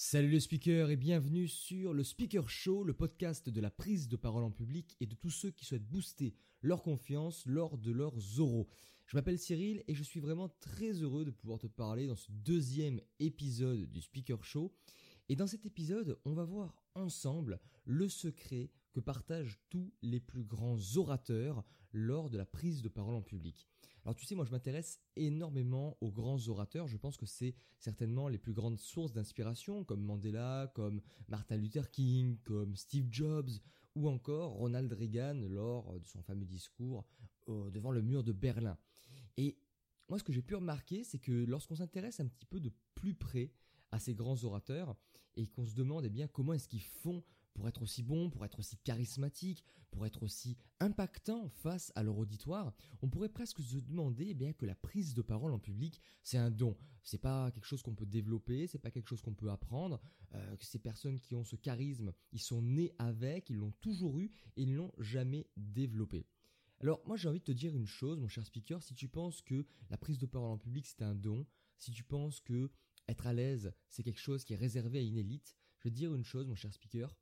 Salut le speaker et bienvenue sur le Speaker Show, le podcast de la prise de parole en public et de tous ceux qui souhaitent booster leur confiance lors de leurs oraux. Je m'appelle Cyril et je suis vraiment très heureux de pouvoir te parler dans ce deuxième épisode du Speaker Show. Et dans cet épisode, on va voir ensemble le secret que partagent tous les plus grands orateurs lors de la prise de parole en public. Alors tu sais, moi je m'intéresse énormément aux grands orateurs, je pense que c'est certainement les plus grandes sources d'inspiration comme Mandela, comme Martin Luther King, comme Steve Jobs ou encore Ronald Reagan lors de son fameux discours devant le mur de Berlin. Et moi ce que j'ai pu remarquer, c'est que lorsqu'on s'intéresse un petit peu de plus près à ces grands orateurs et qu'on se demande comment est-ce qu'ils font pour être aussi bons, pour être aussi charismatiques, pour être aussi impactants face à leur auditoire, on pourrait presque se demander que la prise de parole en public, c'est un don. C'est pas quelque chose qu'on peut développer, c'est pas quelque chose qu'on peut apprendre. Que ces personnes qui ont ce charisme, ils sont nés avec, ils l'ont toujours eu et ils ne l'ont jamais développé. Alors moi j'ai envie de te dire une chose, mon cher speaker, si tu penses que la prise de parole en public c'est un don, si tu penses que être à l'aise c'est quelque chose qui est réservé à une élite, je vais te dire une chose, mon cher speaker,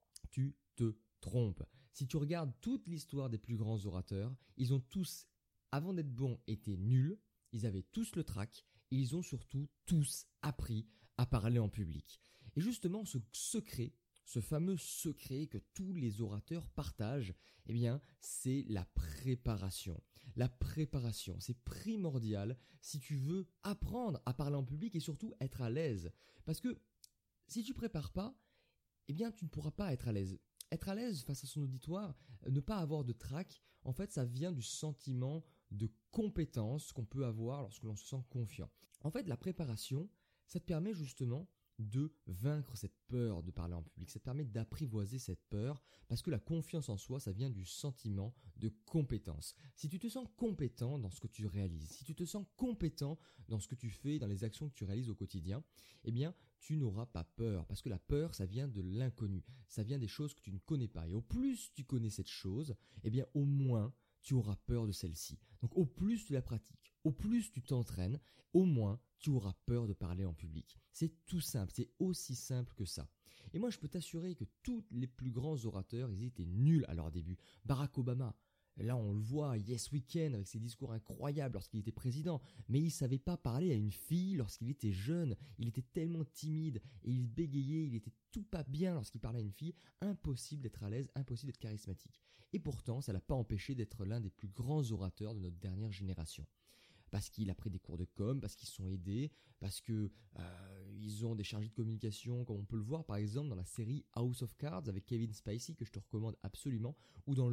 tu te trompes. Si tu regardes toute l'histoire des plus grands orateurs, ils ont tous, avant d'être bons, été nuls, ils avaient tous le trac et ils ont surtout tous appris à parler en public. Et justement, ce secret, ce fameux secret que tous les orateurs partagent, c'est la préparation. La préparation, c'est primordial si tu veux apprendre à parler en public et surtout être à l'aise. Parce que si tu prépares pas, tu ne pourras pas être à l'aise. Être à l'aise face à son auditoire, ne pas avoir de trac, en fait, ça vient du sentiment de compétence qu'on peut avoir lorsque l'on se sent confiant. En fait, la préparation, ça te permet justement de vaincre cette peur de parler en public. Ça te permet d'apprivoiser cette peur parce que la confiance en soi, ça vient du sentiment de compétence. Si tu te sens compétent dans ce que tu réalises, si tu te sens compétent dans ce que tu fais, dans les actions que tu réalises au quotidien, tu n'auras pas peur parce que la peur, ça vient de l'inconnu. Ça vient des choses que tu ne connais pas. Et au plus tu connais cette chose, au moins tu auras peur de celle-ci. Donc au plus tu la pratiques, au plus tu t'entraînes, au moins tu auras peur de parler en public. C'est tout simple, c'est aussi simple que ça. Et moi je peux t'assurer que tous les plus grands orateurs, ils étaient nuls à leur début. Barack Obama, là on le voit, Yes We Can, avec ses discours incroyables lorsqu'il était président, mais il ne savait pas parler à une fille lorsqu'il était jeune, il était tellement timide et il bégayait, il était tout pas bien lorsqu'il parlait à une fille, impossible d'être à l'aise, impossible d'être charismatique. Et pourtant, ça ne l'a pas empêché d'être l'un des plus grands orateurs de notre dernière génération. Parce qu'il a pris des cours de com, parce qu'ils se sont aidés, parce que ils ont des chargés de communication, comme on peut le voir par exemple dans la série House of Cards avec Kevin Spacey, que je te recommande absolument, ou dans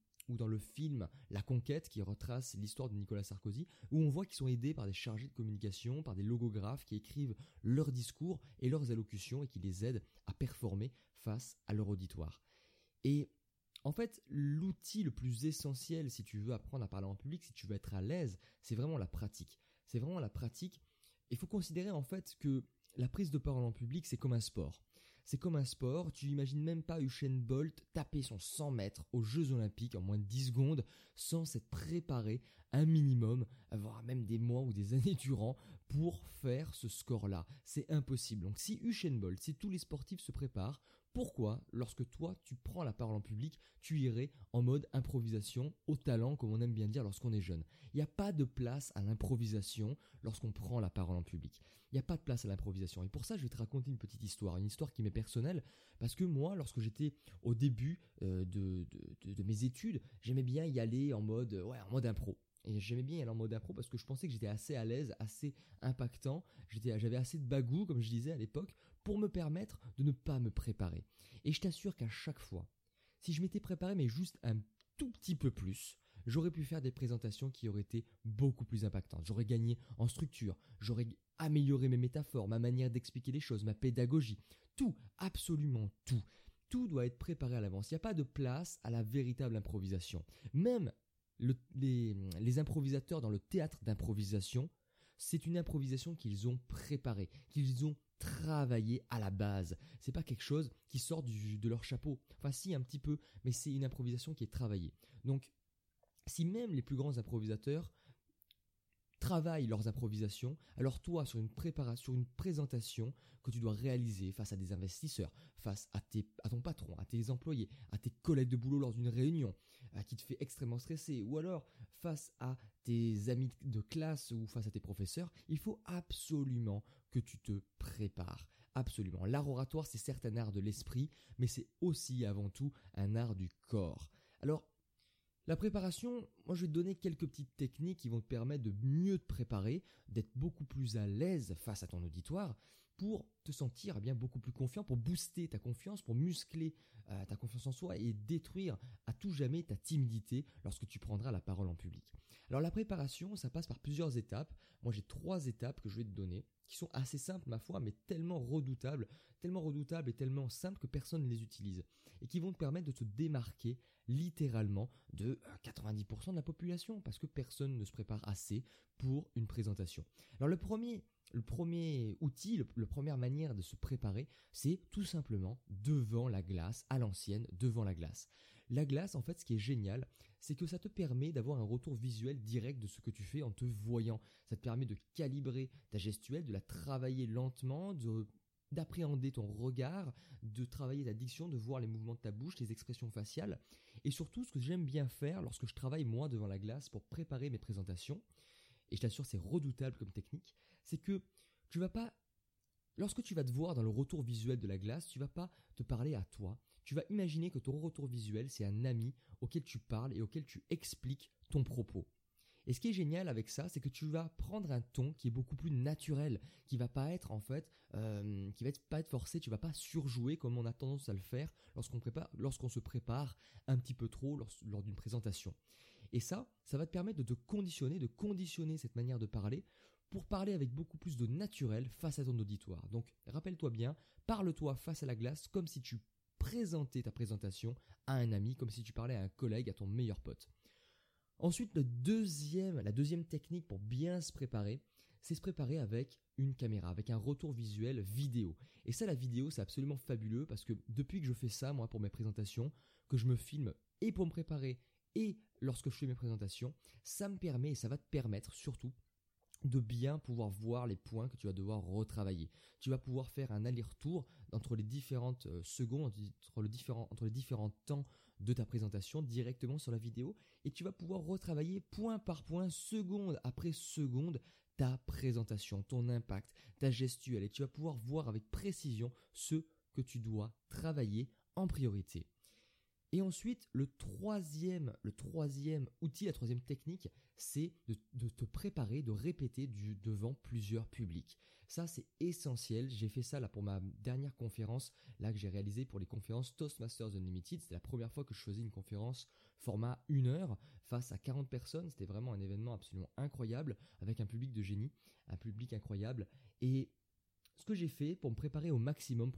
le film La Conquête qui retrace l'histoire de Nicolas Sarkozy, où on voit qu'ils sont aidés par des chargés de communication, par des logographes qui écrivent leurs discours et leurs allocutions et qui les aident à performer face à leur auditoire. Et en fait, l'outil le plus essentiel si tu veux apprendre à parler en public, si tu veux être à l'aise, c'est vraiment la pratique. C'est vraiment la pratique. Il faut considérer en fait que la prise de parole en public, c'est comme un sport. C'est comme un sport, tu n'imagines même pas Usain Bolt taper son 100 mètres aux Jeux Olympiques en moins de 10 secondes sans s'être préparé un minimum, voire même des mois ou des années durant pour faire ce score-là. C'est impossible. Donc si Usain Bolt, si tous les sportifs se préparent, pourquoi, lorsque toi, tu prends la parole en public, tu irais en mode improvisation, au talent, comme on aime bien dire lorsqu'on est jeune? Il n'y a pas de place à l'improvisation lorsqu'on prend la parole en public. Il n'y a pas de place à l'improvisation. Et pour ça, je vais te raconter une petite histoire. Une histoire qui m'est personnelle, parce que moi, lorsque j'étais au début de mes études, j'aimais bien y aller en mode impro. Et j'aimais bien y aller en mode impro parce que je pensais que j'étais assez à l'aise, assez impactant. J'avais assez de bagou, comme je disais à l'époque, pour me permettre de ne pas me préparer. Et je t'assure qu'à chaque fois, si je m'étais préparé mais juste un tout petit peu plus, j'aurais pu faire des présentations qui auraient été beaucoup plus impactantes. J'aurais gagné en structure, j'aurais amélioré mes métaphores, ma manière d'expliquer les choses, ma pédagogie. Tout, absolument tout. Tout doit être préparé à l'avance. Il n'y a pas de place à la véritable improvisation. Même les improvisateurs dans le théâtre d'improvisation, c'est une improvisation qu'ils ont préparée, qu'ils ont travaillé à la base. C'est pas quelque chose qui sort de leur chapeau. Enfin si, un petit peu, mais c'est une improvisation qui est travaillée. Donc, si même les plus grands improvisateurs travaillent leurs improvisations, alors toi, sur une préparation, une présentation que tu dois réaliser face à des investisseurs, face à ton patron, à tes employés, à tes collègues de boulot lors d'une réunion, qui te fait extrêmement stresser, ou alors face à tes amis de classe ou face à tes professeurs, il faut absolument que tu te prépares. Absolument. L'art oratoire, c'est certes un art de l'esprit, mais c'est aussi avant tout un art du corps. Alors, la préparation, moi je vais te donner quelques petites techniques qui vont te permettre de mieux te préparer, d'être beaucoup plus à l'aise face à ton auditoire pour te sentir bien beaucoup plus confiant, pour booster ta confiance, pour muscler ta confiance en soi et détruire à tout jamais ta timidité lorsque tu prendras la parole en public. Alors la préparation, ça passe par plusieurs étapes. Moi j'ai 3 étapes que je vais te donner qui sont assez simples ma foi, mais tellement redoutables et tellement simples que personne ne les utilise et qui vont te permettre de te démarquer littéralement de 90% de la population parce que personne ne se prépare assez pour une présentation. Alors le premier outil, la première manière de se préparer, c'est tout simplement devant la glace, à l'ancienne, devant la glace. La glace, en fait, ce qui est génial, c'est que ça te permet d'avoir un retour visuel direct de ce que tu fais en te voyant. Ça te permet de calibrer ta gestuelle, de la travailler lentement, d'appréhender ton regard, de travailler ta diction, de voir les mouvements de ta bouche, les expressions faciales. Et surtout, ce que j'aime bien faire lorsque je travaille moi devant la glace pour préparer mes présentations, et je t'assure c'est redoutable comme technique, c'est que tu vas pas, lorsque tu vas te voir dans le retour visuel de la glace, tu vas pas te parler à toi. Tu vas imaginer que ton retour visuel, c'est un ami auquel tu parles et auquel tu expliques ton propos. Et ce qui est génial avec ça, c'est que tu vas prendre un ton qui est beaucoup plus naturel, qui va pas être pas être forcé, tu vas pas surjouer comme on a tendance à le faire lorsqu'on se prépare un petit peu trop lors d'une présentation. Et ça va te permettre de conditionner cette manière de parler pour parler avec beaucoup plus de naturel face à ton auditoire. Donc, rappelle-toi bien, parle-toi face à la glace comme si tu présentais ta présentation à un ami, comme si tu parlais à un collègue, à ton meilleur pote. Ensuite, la deuxième technique pour bien se préparer, c'est se préparer avec une caméra, avec un retour visuel vidéo. Et ça, la vidéo, c'est absolument fabuleux parce que depuis que je fais ça, moi, pour mes présentations, que je me filme et pour me préparer et lorsque je fais mes présentations, ça me permet et ça va te permettre surtout de bien pouvoir voir les points que tu vas devoir retravailler. Tu vas pouvoir faire un aller-retour entre les différentes secondes, entre les différents temps de ta présentation directement sur la vidéo et tu vas pouvoir retravailler point par point, seconde après seconde, ta présentation, ton impact, ta gestuelle et tu vas pouvoir voir avec précision ce que tu dois travailler en priorité. Et ensuite, le troisième outil, la troisième technique, c'est de te préparer, de répéter devant plusieurs publics. Ça, c'est essentiel. J'ai fait ça là pour ma dernière conférence là que j'ai réalisée pour les conférences Toastmasters Unlimited. C'était la première fois que je faisais une conférence format 1 heure face à 40 personnes. C'était vraiment un événement absolument incroyable avec un public de génie, un public incroyable. Et ce que j'ai fait pour me préparer au maximum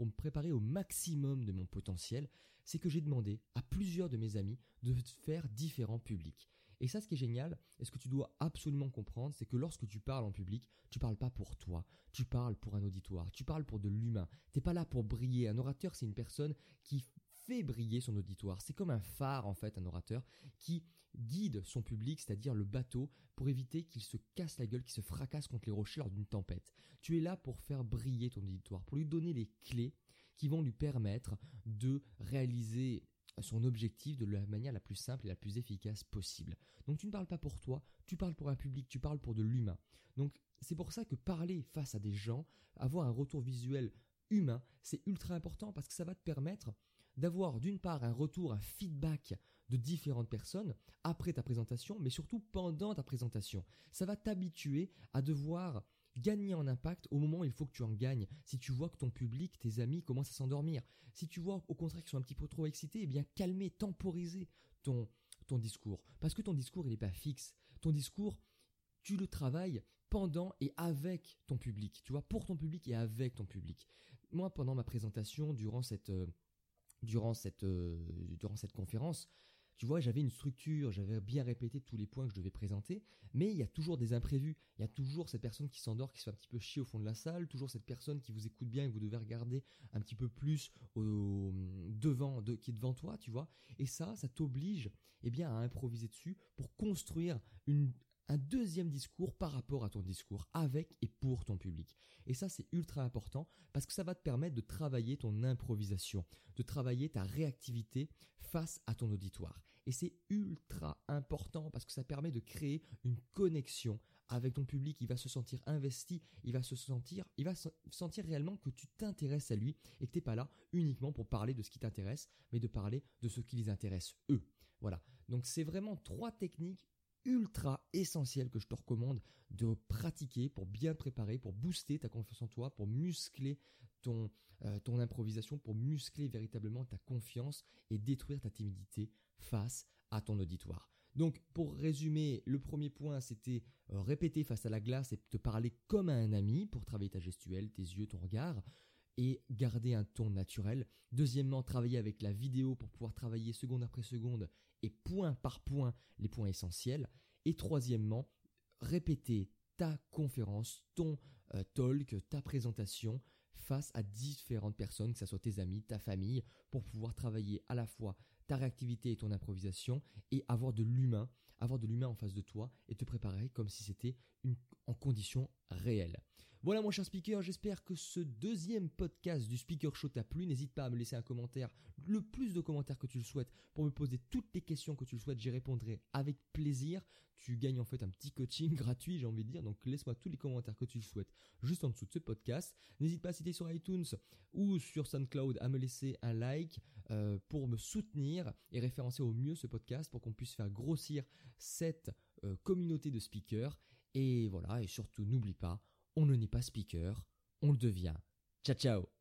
de mon potentiel, c'est que j'ai demandé à plusieurs de mes amis de faire différents publics. Et ça, ce qui est génial, et ce que tu dois absolument comprendre, c'est que lorsque tu parles en public, tu parles pas pour toi, tu parles pour un auditoire, tu parles pour de l'humain. T'es pas là pour briller. Un orateur, c'est une personne qui fait briller son auditoire. C'est comme un phare, en fait, un orateur qui guide son public, c'est-à-dire le bateau, pour éviter qu'il se casse la gueule, qu'il se fracasse contre les rochers lors d'une tempête. Tu es là pour faire briller ton auditoire, pour lui donner les clés qui vont lui permettre de réaliser son objectif de la manière la plus simple et la plus efficace possible. Donc tu ne parles pas pour toi, tu parles pour un public, tu parles pour de l'humain. Donc c'est pour ça que parler face à des gens, avoir un retour visuel humain, c'est ultra important parce que ça va te permettre d'avoir d'une part un retour, un feedback de différentes personnes après ta présentation, mais surtout pendant ta présentation. Ça va t'habituer à devoir gagner en impact au moment où il faut que tu en gagnes. Si tu vois que ton public, tes amis commencent à s'endormir, si tu vois au contraire qu'ils sont un petit peu trop excités, eh bien calmer, temporiser ton discours. Parce que ton discours, il n'est pas fixe. Ton discours, tu le travailles pendant et avec ton public. Tu vois, pour ton public et avec ton public. Moi, pendant ma présentation, durant cette conférence, tu vois, j'avais une structure, j'avais bien répété tous les points que je devais présenter, mais il y a toujours des imprévus. Il y a toujours cette personne qui s'endort, qui se fait un petit peu chier au fond de la salle, toujours cette personne qui vous écoute bien et vous devez regarder un petit peu plus qui est devant toi, tu vois. Et ça t'oblige à improviser dessus pour construire un deuxième discours par rapport à ton discours avec et pour ton public. Et ça, c'est ultra important parce que ça va te permettre de travailler ton improvisation, de travailler ta réactivité face à ton auditoire. Et c'est ultra important parce que ça permet de créer une connexion avec ton public. Il va se sentir investi, il va sentir réellement que tu t'intéresses à lui et que tu n'es pas là uniquement pour parler de ce qui t'intéresse, mais de parler de ce qui les intéresse eux. Voilà. Donc c'est vraiment 3 techniques ultra essentielles que je te recommande de pratiquer pour bien te préparer, pour booster ta confiance en toi, pour muscler ton improvisation, pour muscler véritablement ta confiance et détruire ta timidité face à ton auditoire. Donc pour résumer, le premier point c'était répéter face à la glace et te parler comme à un ami pour travailler ta gestuelle, tes yeux, ton regard et garder un ton naturel. Deuxièmement, travailler avec la vidéo pour pouvoir travailler seconde après seconde et point par point les points essentiels. Et troisièmement, répéter ta conférence, ton talk, ta présentation face à différentes personnes, que ce soit tes amis, ta famille, pour pouvoir travailler à la fois ta réactivité et ton improvisation et avoir de l'humain en face de toi et te préparer comme si c'était en conditions réelles. Voilà mon cher speaker, j'espère que ce deuxième podcast du Speaker Show t'a plu. N'hésite pas à me laisser un commentaire, le plus de commentaires que tu le souhaites, pour me poser toutes les questions que tu le souhaites. J'y répondrai avec plaisir. Tu gagnes en fait un petit coaching gratuit, j'ai envie de dire. Donc laisse-moi tous les commentaires que tu le souhaites juste en dessous de ce podcast. N'hésite pas, si tu es sur iTunes ou sur SoundCloud, à me laisser un like pour me soutenir et référencer au mieux ce podcast pour qu'on puisse faire grossir cette communauté de speakers. Et voilà, et surtout n'oublie pas, on ne n'est pas speaker, on le devient. Ciao ciao.